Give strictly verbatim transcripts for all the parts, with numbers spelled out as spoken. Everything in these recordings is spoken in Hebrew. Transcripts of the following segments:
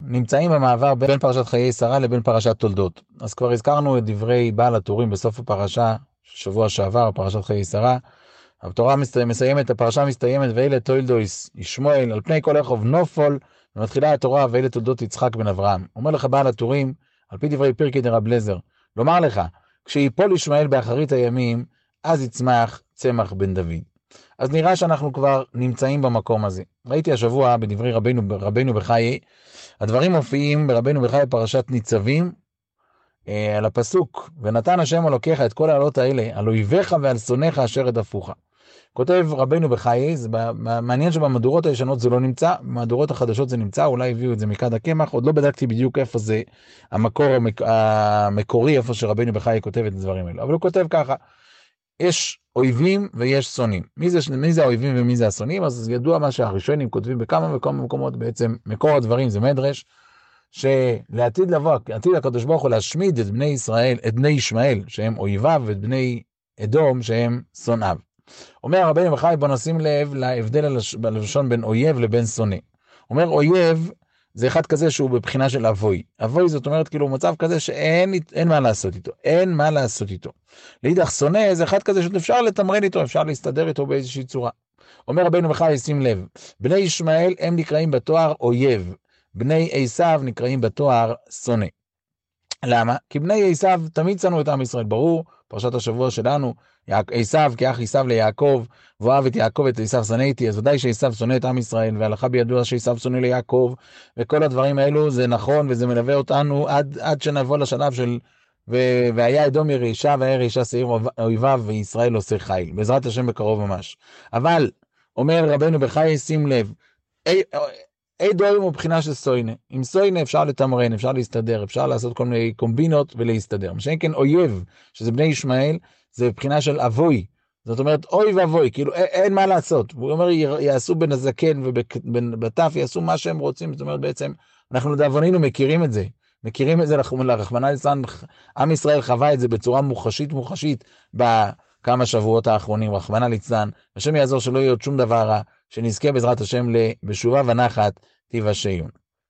נמצאים במעבר בין פרשת חיי שרה לבין פרשת תולדות. אז כבר הזכרנו את דברי בעל הטורים בסוף הפרשה, שבוע שעבר, פרשת חיי שרה. התורה מסיימת, הפרשה מסתיימת, ואלה תולדויס ישמעאל, על פני כל רחוב נופל, ומתחילה התורה, ואלה תולדות יצחק בן אברהם. אומר לך בעל הטורים, על פי דברי פירקי דרב אליעזר, לומר לך, כשיפול ישמעאל באחרית הימים, אז יצמח צמח בן דוד. אז נראה שאנחנו כבר נמצאים במקום הזה. ראיתי השבוע בדברי רבינו, רבינו בחיי, הדברים מופיעים ברבינו בחיי פרשת ניצבים, אה, על הפסוק, ונתן השם אלוקיך את כל העלות האלה, על אויביך ועל שונאיך אשר הדפוך. כותב רבינו בחיי, זה מעניין שבמהדורות הישנות זה לא נמצא, במהדורות החדשות זה נמצא, אולי הביאו את זה מכד הקמח, עוד לא בדקתי בדיוק איפה זה המקור המק... המקורי, איפה שרבינו בחיי כותב את הדברים האלה, אבל הוא כותב ככה, יש אויבים ויש שונאים. מי זה, מי זה האויבים ומי זה השונאים? אז ידוע מה שהראשונים כותבים בכמה וכמה מקומות, בעצם מקור הדברים זה מדרש, שלעתיד לבוא, עתיד הקדוש ברוך הוא להשמיד את בני ישראל, את בני ישמעאל, שהם אויביו, ואת בני אדום, שהם שונאיו. אומר רבינו בחיי, בוא נשים לב להבדל בלשון בין אויב לבין שונא. אומר אויב, זה אחד כזה שהוא בבחינה של אבוי. אבוי זאת אומרת כאילו מצב כזה שאין אין מה לעשות איתו. אין מה לעשות איתו. להידך שונא זה אחד כזה שאפשר לתמרן איתו, אפשר להסתדר איתו באיזושהי צורה. אומר רבינו בחיי, שים לב, בני ישמעאל הם נקראים בתואר אויב. בני עשיו נקראים בתואר שונא. למה? כי בני עשיו תמיד שנאו את עם ישראל, ברור, פרשת השבוע שלנו, עשיו כאח עשיו ליעקב, ואוהב את יעקב את עשיו שנאתי, אז ודאי שעשיו שונא את עם ישראל, והלכה בידוע שעשיו שונא ליעקב, וכל הדברים האלו זה נכון, וזה מלווה אותנו עד, עד שנבוא לשלב של, ו... והיה אדום ירישה, והיה ירישה שעיר אויביו, וישראל עושה חיל, בעזרת השם בקרוב ממש. אבל, אומר רבנו בחיי, שים לב, אי... אדום הוא בחינה של סוינה. עם סוינה אפשר לתמרן, אפשר להסתדר, אפשר לעשות כל מיני קומבינות ולהסתדר. מה שאין כן אויב, שזה בני ישמעאל, זה בחינה של אבוי. זאת אומרת, אוי ואבוי, כאילו אין, אין מה לעשות. הוא אומר, יעשו בין הזקן ובטף, יעשו מה שהם רוצים. זאת אומרת, בעצם, אנחנו לדאבוננו מכירים את זה. מכירים את זה לרחמנא ליצלן, עם ישראל חווה את זה בצורה מוחשית מוחשית בכמה שבועות האחרונים, רחמנא ליצלן. השם יעזור שלא יהיה עוד שום דבר רע. שנזכה בעזרת השם בשובה ונחת תיוושעון.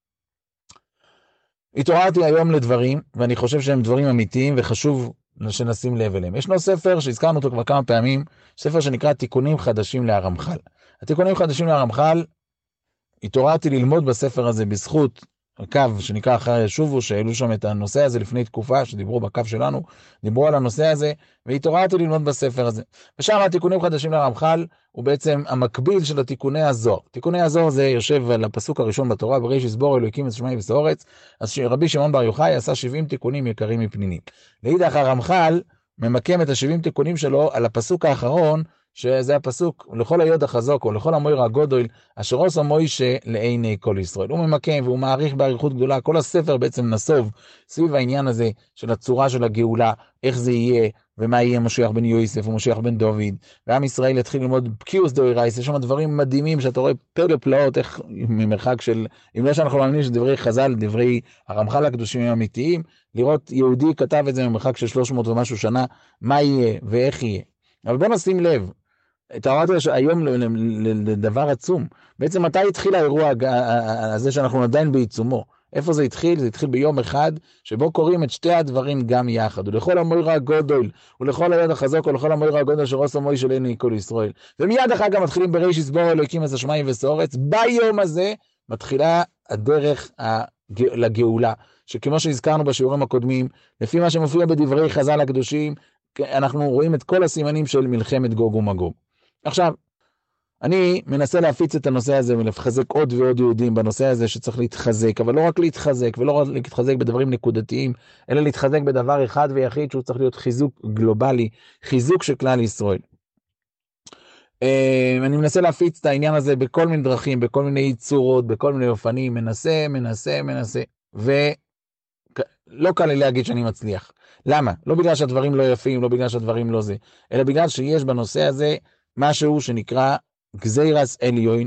התעוררתי היום לדברים, ואני חושב שהם דברים אמיתיים וחשוב שנשים לב אליהם. ישנו ספר שהזכרנו אותו כבר כמה פעמים, ספר שנקרא תיקונים חדשים להרמח"ל. התיקונים חדשים להרמח"ל, התעוררתי ללמוד בספר הזה בזכות הקו שנקרא אחרי ישובו, שהעלו שם את הנושא הזה לפני תקופה, שדיברו בקו שלנו, דיברו על הנושא הזה, והתעוררתי ללמוד בספר הזה. ושאר התיקונים חדשים לרמח"ל, הוא בעצם המקביל של התיקוני הזוהר. תיקוני הזוהר זה יושב על הפסוק הראשון בתורה, בריש יסבור אלוהיקים את שמיים וסאורץ, אז רבי שמעון בר יוחאי עשה שבעים תיקונים יקרים מפנינים. לאידך הרמח"ל ממקם את ה-שבעים תיקונים שלו על הפסוק האחרון, שזה הפסוק, לכל היוד החזוק, או לכל המויר הגודל, אשר עושה מוישה לעיני כל ישראל. הוא ממקם והוא מעריך בעריכות גדולה, כל הספר בעצם נסוב סביב העניין הזה של הצורה של הגאולה, איך זה יהיה, ומה יהיה משיח בן יוסף ומשיח בן דוד, ועם ישראל יתחיל ללמוד בקיוס דאורייתא, יש שם דברים מדהימים שאתה רואה פלא פלאות, איך ממרחק של, אם לא שאנחנו מאמינים שדברי חז"ל, דברי הרמח"ל הקדושים הם אמיתיים, לראות יהודי כתב את זה ממרחק של שלוש מאות ומשהו שנה, מה יהיה ואיך יהיה. אבל בוא נשים לב, התעוררתי היום לדבר עצום. בעצם מתי התחיל האירוע הזה שאנחנו עדיין בעיצומו? איפה זה התחיל? זה התחיל ביום אחד, שבו קוראים את שתי הדברים גם יחד. ולכל המויר הגודל, ולכל היד החזק, ולכל המויר הגודל שרוסו מוישה לעיני כל ישראל. ומיד אחר כך מתחילים בריש יסבור אלוהיקים את השמיים וסאורץ. ביום הזה מתחילה הדרך לגאולה, שכמו שהזכרנו בשיעורים הקודמים, לפי מה שמופיע בדברי חז"ל הקדושים, אנחנו רואים את כל הסימנים של מלחמת גוג ומגוג. עכשיו, אני מנסה להפיץ את הנושא הזה ולחזק עוד ועוד יהודים בנושא הזה שצריך להתחזק, אבל לא רק להתחזק ולא רק להתחזק בדברים נקודתיים, אלא להתחזק בדבר אחד ויחיד שהוא צריך להיות חיזוק גלובלי, חיזוק של כלל ישראל. אני מנסה להפיץ את העניין הזה בכל מיני דרכים, בכל מיני צורות, בכל מיני אופנים, מנסה, מנסה, מנסה, ולא קל לי להגיד שאני מצליח. למה? לא בגלל שהדברים לא יפים, לא בגלל שהדברים לא זה, אלא בגלל שיש בנושא הזה משהו שנקרא גזירס עליון,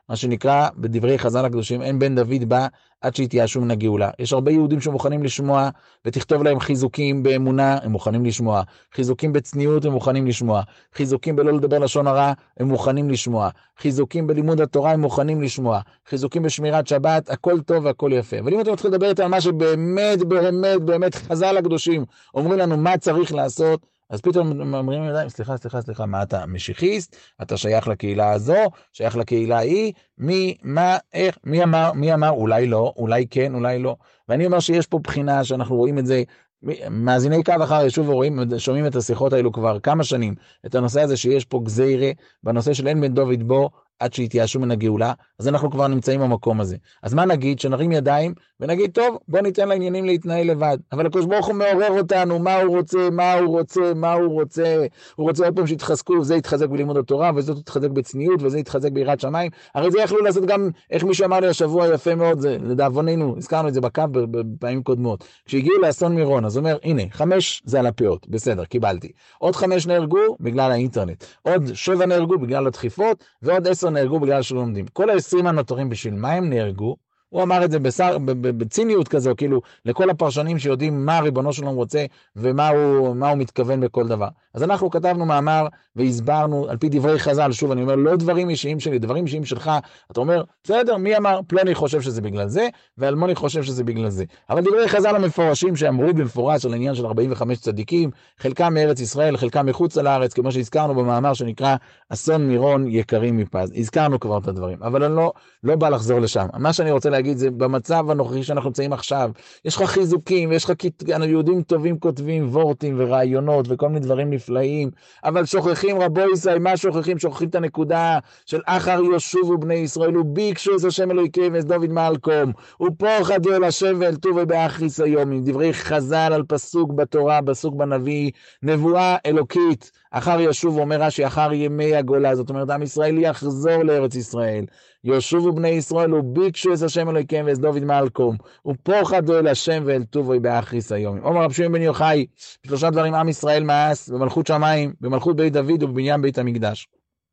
מה שנקרא בדברי חז"ל הקדושים, אין בן דוד בא עד שיתייאשו מן הגאולה. יש הרבה יהודים שמוכנים לשמוע, ותכתוב להם חיזוקים באמונה, הם מוכנים לשמוע. חיזוקים בצניעות, הם מוכנים לשמוע. חיזוקים בלא לדבר לשון הרע, הם מוכנים לשמוע. חיזוקים בלימוד התורה, הם מוכנים לשמוע. חיזוקים בשמירת שבת, הכל טוב והכל יפה. אבל אם אתם מתחילים לדבר על מה שבאמת, באמת, באמת חז"ל הקדושים אומרים לנו מה צריך לעשות, אז פתאום אומרים לי, סליחה, סליחה, סליחה, מה אתה משיחיסט? אתה שייך לקהילה הזו, שייך לקהילה ההיא, מי, מה, איך, מי אמר, מי אמר, אולי לא, אולי כן, אולי לא. ואני אומר שיש פה בחינה שאנחנו רואים את זה, מאזיני קו אחר ישוב ורואים, שומעים את השיחות האלו כבר כמה שנים, את הנושא הזה שיש פה גזירה, בנושא של אין בן דוד בו, עד שיתייאשו מן הגאולה, אז אנחנו כבר נמצאים במקום הזה. אז מה נגיד? שנרים ידיים ונגיד, טוב, בוא ניתן לעניינים להתנהל לבד. אבל הקדוש ברוך הוא מעורר אותנו, מה הוא רוצה, מה הוא רוצה, מה הוא רוצה. הוא רוצה עוד פעם שיתחזקו, וזה יתחזק בלימוד התורה, וזה יתחזק בצניעות, וזה יתחזק ביראת שמיים. הרי זה יכלו לעשות גם, איך מישהו אמר לי השבוע יפה מאוד, זה לדאבוננו, הזכרנו את זה בקו בפעמים קודמות. כשהגיעו לאסון מירון, אז אומר, הנה, חמש זה על הפאות, בסדר, קיבלתי. עוד חמש נהרגו בגלל האינטרנט. עוד שבע נהרגו בגלל הדחיפות, ועוד עשר נהרגו בגלל שלא לומדים. כל ה-עשרים הנותרים בשביל מה הם נהרגו? הוא אמר את זה בשר, בציניות כזו, כאילו, לכל הפרשנים שיודעים מה ריבונו שלום רוצה, ומה הוא, מה הוא מתכוון בכל דבר. אז אנחנו כתבנו מאמר, והסברנו, על פי דברי חז"ל, שוב, אני אומר, לא דברים אישיים שלי, דברים אישיים שלך, אתה אומר, בסדר, מי אמר? פלוני חושב שזה בגלל זה, ואלמוני חושב שזה בגלל זה. אבל דברי חז"ל המפורשים, שאמרו במפורש על העניין של ארבעים וחמישה צדיקים, חלקם מארץ ישראל, חלקם מחוץ לארץ, כמו שהזכרנו במאמר שנקרא, אסון מירון יקרים מפז. הזכרנו כבר את הדברים, אבל אני לא, לא בא לחזור לשם. מה שאני רוצה להגיד זה, במצב הנוכחי שאנחנו נמצאים עכשיו, יש לך חיזוקים, יש לך יהודים טובים כותבים וורטים ורעיונות וכל מיני דברים נפלאים, אבל שוכחים רבו ישראל, מה שוכחים? שוכחים את הנקודה של אחר ישובו בני ישראל, וביקשו את השם אלוהיכם ואת דוד מעלקום, ופוחדו אל השם ואל טובו באחריס היום, עם דברי חז"ל על פסוק בתורה, פסוק בנביא, נבואה אלוקית, אחר ישוב, אומר רש"י, אחר ימי הגולה, זאת אומרת, עם ישראל יחזור לארץ ישראל, ישובו בני ישראל, וביקשו את השם אלוהיכם ואת דוד מעלקום, ופוחדו אל השם ואל טובו באחריס היום. אומר רב שמעון בן יוחאי, שלושה דברים עם ישראל מאס, במלכות שמיים, במלכות בית דוד ובבניין בית המקדש.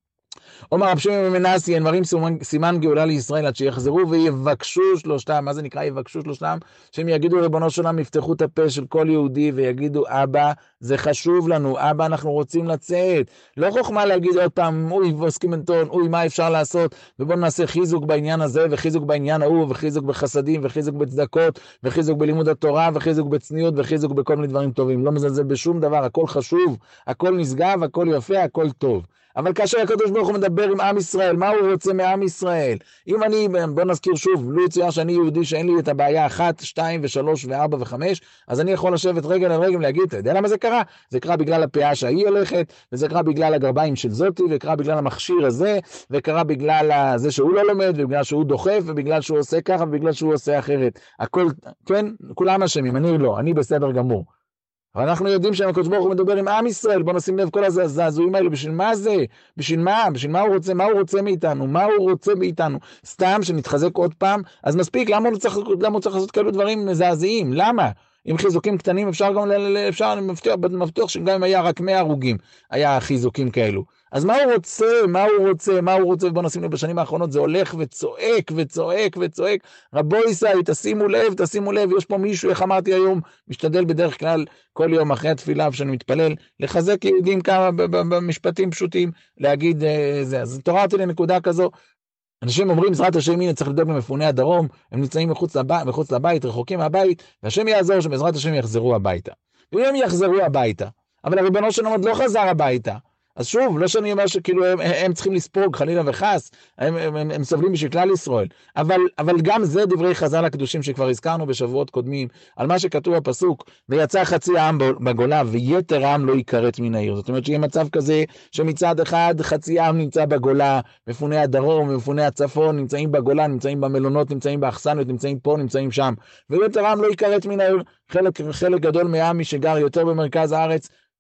אומר רב שמעון בן מנסיה, מראים סימן גאולה לישראל עד שיחזרו ויבקשו שלושתם. מה זה נקרא יבקשו שלושתם? שהם יגידו ריבונו של עולם, יפתחו את הפה של כל יהודי ויגידו, אבא, זה חשוב לנו, אבא, אנחנו רוצים לצאת. לא חוכמה להגיד עוד פעם, אוי, ווסקימנטון, אוי, מה אפשר לעשות? ובואו נעשה חיזוק בעניין הזה, וחיזוק בעניין ההוא, וחיזוק בחסדים, וחיזוק בצדקות, וחיזוק בלימוד התורה, וחיזוק בצניעות, וחיזוק בכל מיני דברים טובים. לא מזלזל בשום דבר, הכל חשוב, הכל נשגב, הכל יפה, הכל טוב. אבל כאשר הקדוש ברוך הוא מדבר עם עם ישראל, מה הוא רוצה מעם ישראל? אם אני, בוא נזכיר שוב, לא יצויר שאני יהודי שאין לי את הבעיה אחת, שתיים ושלוש וארבע וחמש, אז אני יכול לשבת רגל על רגל ולהגיד, אתה יודע למה זה קרה? זה קרה בגלל הפאה שהיא הולכת, וזה קרה בגלל הגרביים של זאתי, וקרה בגלל המכשיר הזה, וקרה בגלל זה שהוא לא לומד, ובגלל שהוא דוחף, ובגלל שהוא עושה ככה, ובגלל שהוא עושה אחרת. הכל, כן, כולם אשמים, אני לא, אני בסדר גמור. אבל אנחנו יודעים שהקדוש ברוך הוא מדבר עם עם ישראל, בוא נשים לב כל הזעזועים האלו, בשביל מה זה? בשביל מה? בשביל מה הוא רוצה? מה הוא רוצה מאיתנו? מה הוא רוצה מאיתנו? סתם שנתחזק עוד פעם? אז מספיק, למה הוא צריך, למה הוא צריך לעשות כאלו דברים מזעזעים? למה? עם חיזוקים קטנים אפשר גם, אפשר, אני מבטיח, מבטיח שגם אם היה רק מאה הרוגים, היה חיזוקים כאלו. אז מה הוא רוצה? מה הוא רוצה? מה הוא רוצה? בוא נשים לב, בשנים האחרונות זה הולך וצועק וצועק וצועק. רבו ישראל, תשימו לב, תשימו לב, יש פה מישהו, איך אמרתי היום, משתדל בדרך כלל כל יום אחרי התפילה שאני מתפלל, לחזק יהודים כמה במשפטים פשוטים, להגיד זה. אז תוררתי לנקודה כזו, אנשים אומרים, בעזרת השם, הנה צריך לדאוג למפוני הדרום, הם נמצאים מחוץ לבית, מחוץ לבית, רחוקים מהבית, והשם יעזור שבעזרת השם יחזרו הביתה. ואם הם יחזרו הביתה, אבל הריבונו שלנו עוד לא חזר הביתה, אז שוב, לא שאני אומר שכאילו הם, הם צריכים לספוג חלילה וחס, הם, הם, הם, הם סובלים בשביל כלל ישראל, אבל, אבל גם זה דברי חז"ל הקדושים שכבר הזכרנו בשבועות קודמים, על מה שכתוב בפסוק, ויצא חצי העם בגולה, ויתר העם לא ייכרת מן העיר. זאת אומרת שיהיה מצב כזה, שמצד אחד חצי העם נמצא בגולה, מפוני הדרום, מפוני הצפון, נמצאים בגולה, נמצאים במלונות, נמצאים באכסניות, נמצאים פה, נמצאים שם, ויתר העם לא ייכרת מן העיר. חלק, חלק גדול מהעם שגר יותר במרכז הארץ,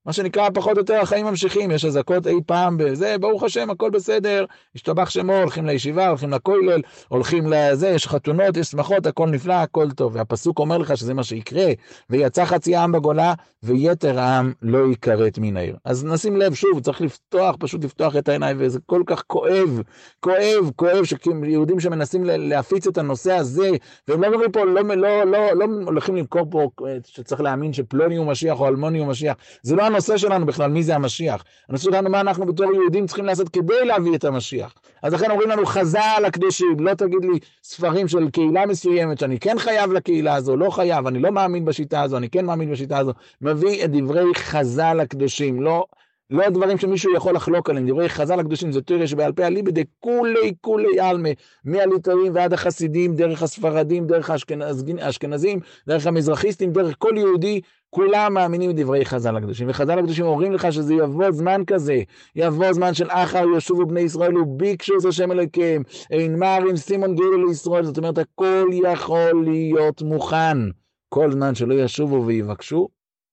מה שנקרא פחות או יותר החיים ממשיכים, יש אזעקות אי פעם בזה, ברוך השם, הכל בסדר, השתבח שמו, הולכים לישיבה, הולכים לכולל, הולכים לזה, יש חתונות, יש שמחות, הכל נפלא, הכל טוב. והפסוק אומר לך שזה מה שיקרה, ויצא חצי העם בגולה, ויתר העם לא יקראת מן העיר. אז נשים לב שוב, צריך לפתוח, פשוט לפתוח את העיניים, וזה כל כך כואב, כואב, כואב, שיהודים שמנסים להפיץ את הנושא הזה, והם לא אומרים פה, לא, לא, לא, לא הולכים למכור פה, שצריך להאמין שפלוני הוא משיח או אלמוני הוא משיח. זה לא הנושא שלנו בכלל, מי זה המשיח. הנושא שלנו, מה אנחנו בתור יהודים צריכים לעשות כדי להביא את המשיח. אז לכן אומרים לנו חז"ל הקדושים, לא תגיד לי ספרים של קהילה מסוימת, שאני כן חייב לקהילה הזו, לא חייב, אני לא מאמין בשיטה הזו, אני כן מאמין בשיטה הזו. מביא את דברי חז"ל הקדושים, לא, לא דברים שמישהו יכול לחלוק עליהם. דברי חז"ל הקדושים זה תורה שבעל פה אליבא דכולי כולי עלמא, מהליטאים ועד החסידים, דרך הספרדים, דרך האשכנזים, דרך המזרחיסטים, דרך כל יהודי, כולם מאמינים בדברי חז"ל הקדושים. וחז"ל הקדושים אומרים לך שזה יבוא זמן כזה, יבוא זמן של אחר ישובו בני ישראל וביקשו את השם אלוקיהם, אין מרים סימון גאולה לישראל. זאת אומרת, הכל יכול להיות מוכן, כל זמן שלא ישובו ויבקשו,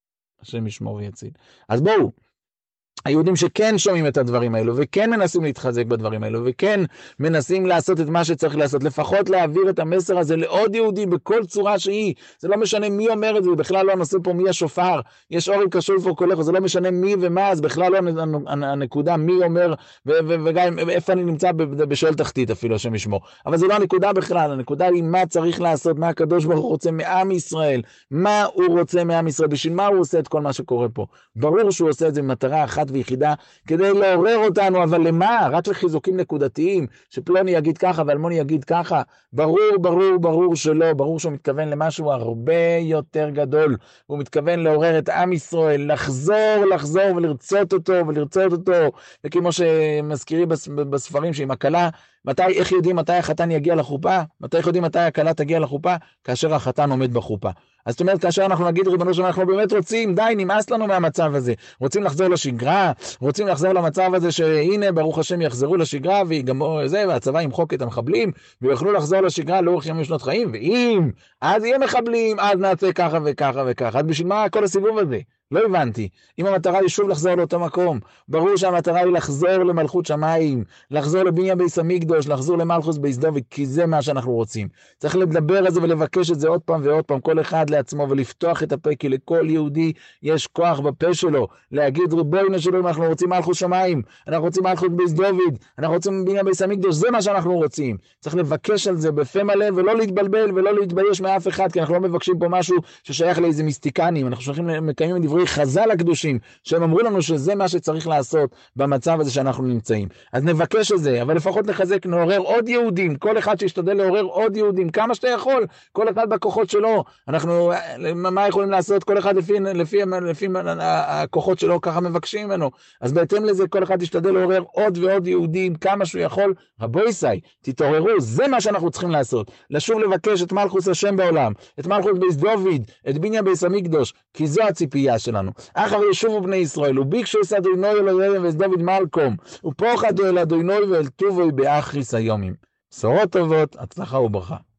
השם ישמור ויציל. אז בואו, היהודים שכן שומעים את הדברים האלו, וכן מנסים להתחזק בדברים האלו, וכן מנסים לעשות את מה שצריך לעשות, לפחות להעביר את המסר הזה לעוד יהודים בכל צורה שהיא. זה לא משנה מי אומר את זה, בכלל לא הנושא פה מי השופר, יש אורי כשופר קולך, זה לא משנה מי ומה, אז בכלל לא הנקודה מי אומר, וגם איפה אני נמצא בשואל תחתית אפילו, השם ישמור. אבל זה לא הנקודה בכלל, הנקודה היא מה צריך לעשות, מה הקדוש ברוך הוא רוצה מעם ישראל, מה הוא רוצה מעם ישראל, בשביל מה הוא עושה את כל מה שקורה פה. ברור שהוא עושה את זה במטרה אחת ויחידה, כדי לעורר אותנו, אבל למה? רק לחיזוקים נקודתיים, שפלוני יגיד ככה ואלמוני יגיד ככה. ברור, ברור, ברור שלא, ברור שהוא מתכוון למשהו הרבה יותר גדול, הוא מתכוון לעורר את עם ישראל, לחזור, לחזור ולרצות אותו, ולרצות אותו, וכמו שמזכירים בספרים שעם הקלה, מתי, איך יודעים מתי החתן יגיע לחופה? מתי יודעים מתי הקלה תגיע לחופה? כאשר החתן עומד בחופה. אז זאת אומרת, כאשר אנחנו נגיד, ריבונו שלום, אנחנו באמת רוצים, די, נמאס לנו מהמצב הזה. רוצים לחזור לשגרה, רוצים לחזור למצב הזה שהנה, ברוך השם, יחזרו לשגרה, ויגמרו זה, והצבא ימחוק את המחבלים, ויוכלו לחזור לשגרה לאורך ימים ושנות חיים, ואם, אז יהיה מחבלים, אז נעשה ככה וככה וככה. אז בשביל מה כל הסיבוב הזה? לא הבנתי. אם המטרה היא שוב לחזור לאותו מקום, ברור שהמטרה היא לחזור למלכות שמיים, לחזור לבניין בית המקדש, לחזור למלכות בית דוד, כי זה מה שאנחנו רוצים. צריך לדבר על זה ולבקש את זה עוד פעם ועוד פעם, כל אחד לעצמו, ולפתוח את הפה, כי לכל יהודי יש כוח בפה שלו, להגיד ריבונו של עולם, אנחנו רוצים מלכות שמיים, אנחנו רוצים מלכות בית דוד, אנחנו רוצים בניין בית המקדש, זה מה שאנחנו רוצים. צריך לבקש על זה בפה מלא, ולא להתבלבל ולא להתבייש מאף אחד, כי אנחנו לא מבקשים פה משהו ששייך לאיזה מיסטיקנים, אנחנו שולחים מקיימים דברי חז"ל הקדושים, שהם אמרו לנו שזה מה שצריך לעשות במצב הזה שאנחנו נמצאים. אז נבקש את זה, אבל לפחות נחזק, נעורר עוד יהודים, כל אחד שישתדל לעורר עוד יהודים, כמה שאתה יכול, כל אחד בכוחות שלו. אנחנו, מה יכולים לעשות? כל אחד לפי, לפי, לפי הכוחות שלו, ככה מבקשים ממנו. אז בהתאם לזה, כל אחד ישתדל לעורר עוד ועוד יהודים, כמה שהוא יכול. רבו ישי, תתעוררו, זה מה שאנחנו צריכים לעשות. לשוב לבקש את מלכות השם בעולם, את מלכות בית דוד, את בניין בית המקדש, כי זו הציפייה שלנו. אחר ישובו בני ישראל, וביקשו את אדוני אלוהיהם ואת דוד מלכם, ופוחדו אל אדוני ואל טובו באחריס היומים. בשורות טובות, הצלחה וברכה.